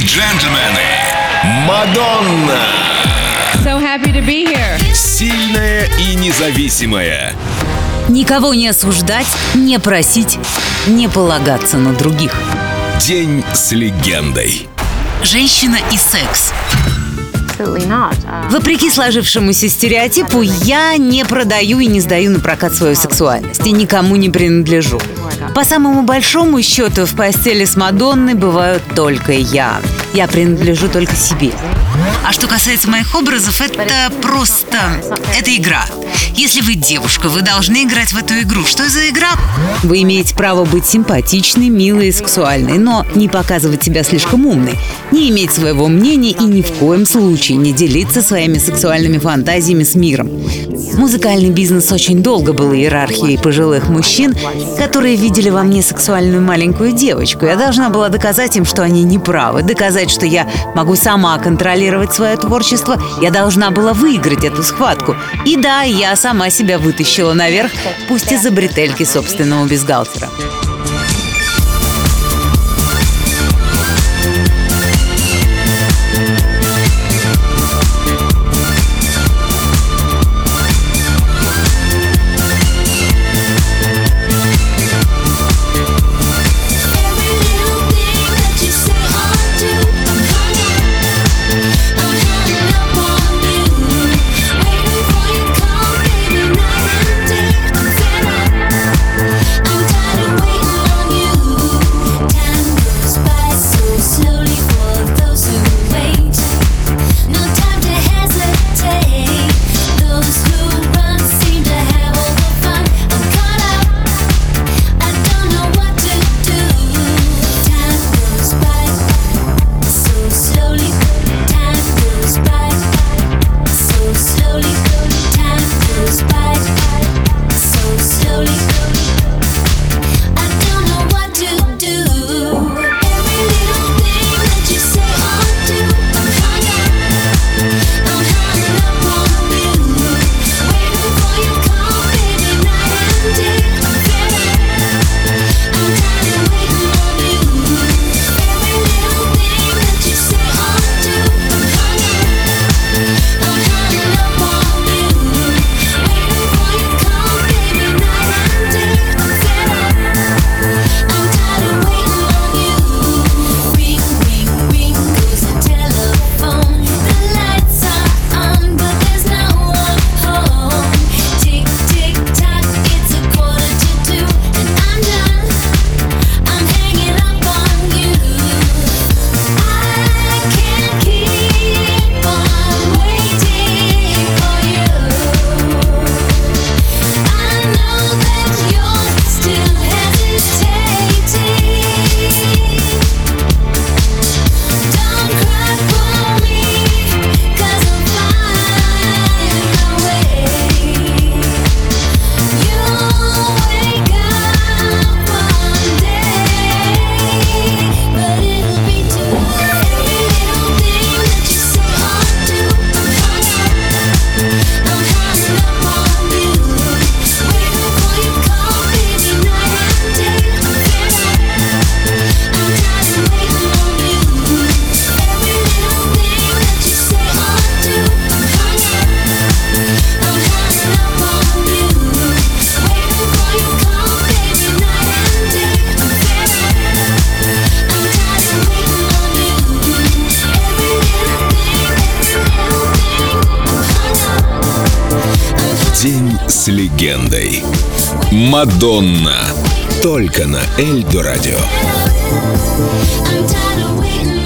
джентльмены, Мадонна! So happy to be here. Сильная и независимая. Никого не осуждать, не просить, не полагаться на других. День с легендой. Женщина и секс. Вопреки сложившемуся стереотипу, я не продаю и не сдаю на прокат свою сексуальность и никому не принадлежу. По самому большому счету, в постели с Мадонной бываю только я. Я принадлежу только себе. А что касается моих образов, это игра. Если вы девушка, вы должны играть в эту игру. Что за игра? Вы имеете право быть симпатичной, милой и сексуальной, но не показывать себя слишком умной, не иметь своего мнения и ни в коем случае не делиться своими сексуальными фантазиями с миром. Музыкальный бизнес очень долго был иерархией пожилых мужчин, которые видели во мне сексуальную маленькую девочку. Я должна была доказать им, что они неправы, доказать, что я могу сама контролировать свое творчество. Я должна была выиграть эту схватку. И да, я сама себя вытащила наверх, пусть из-за бретельки собственного бюстгальтера. День с легендой. Мадонна. Только на Эльдо радио.